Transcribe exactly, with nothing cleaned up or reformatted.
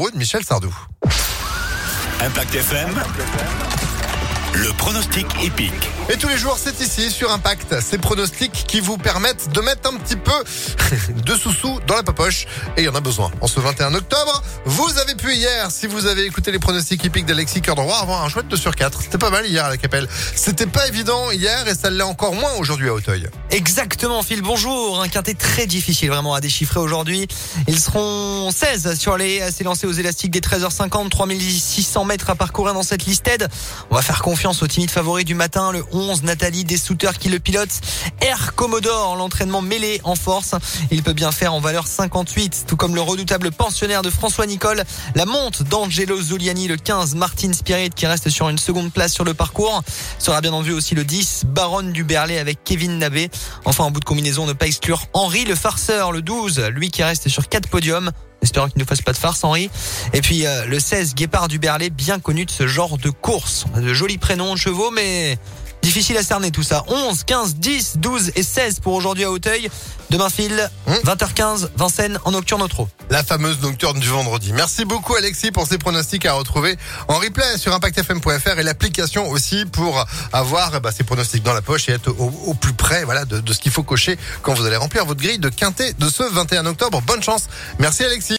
numéro de Michel Sardou. Impact F M, le pronostic épique. Et tous les jours, c'est ici, sur Impact. Ces pronostics qui vous permettent de mettre un petit peu de sous-sous dans la popoche. Et il y en a besoin. En ce vingt et un octobre, vous avez pu hier, si vous avez écouté les pronostics épiques d'Alexis Cœur Droit, avoir un chouette deux sur quatre. C'était pas mal hier à la Capelle. C'était pas évident hier et ça l'est encore moins aujourd'hui à Auteuil. Exactement, Phil, bonjour. Un quintet très difficile vraiment à déchiffrer aujourd'hui. Ils seront seize sur les s'élancer aux élastiques des treize heures cinquante, trois mille six cents mètres à parcourir dans cette listed. On va faire confiance au timide favori du matin, le onze, Nathalie Dessouter qui le pilote. Air Commodore, l'entraînement mêlé en force. Il peut bien faire en valeur cinquante-huit, tout comme le redoutable pensionnaire de François Nicole. La monte d'Angelo Zuliani, le quinze, Martin Spirit qui reste sur une seconde place sur le parcours. Sera bien en vue aussi le dix, Baronne du Berlay avec Kevin Nabé. Enfin, en bout de combinaison, ne pas exclure Henri le farceur, le douze, lui qui reste sur quatre podiums. Espérons qu'il ne fasse pas de farce, Henri. Et puis euh, le seize, Guépard du Berlay, bien connu de ce genre de course. De jolis prénoms de chevaux, mais difficile à cerner tout ça. onze, quinze, dix, douze et seize pour aujourd'hui à Auteuil. Demain, Phil, mmh. vingt heures quinze, Vincennes en nocturne au trot. La fameuse nocturne du vendredi. Merci beaucoup Alexis pour ces pronostics à retrouver en replay sur impact f m point f r et l'application aussi pour avoir bah, ces pronostics dans la poche et être au, au plus près voilà, de, de ce qu'il faut cocher quand vous allez remplir votre grille de quintet de ce vingt et un octobre. Bonne chance. Merci Alexis.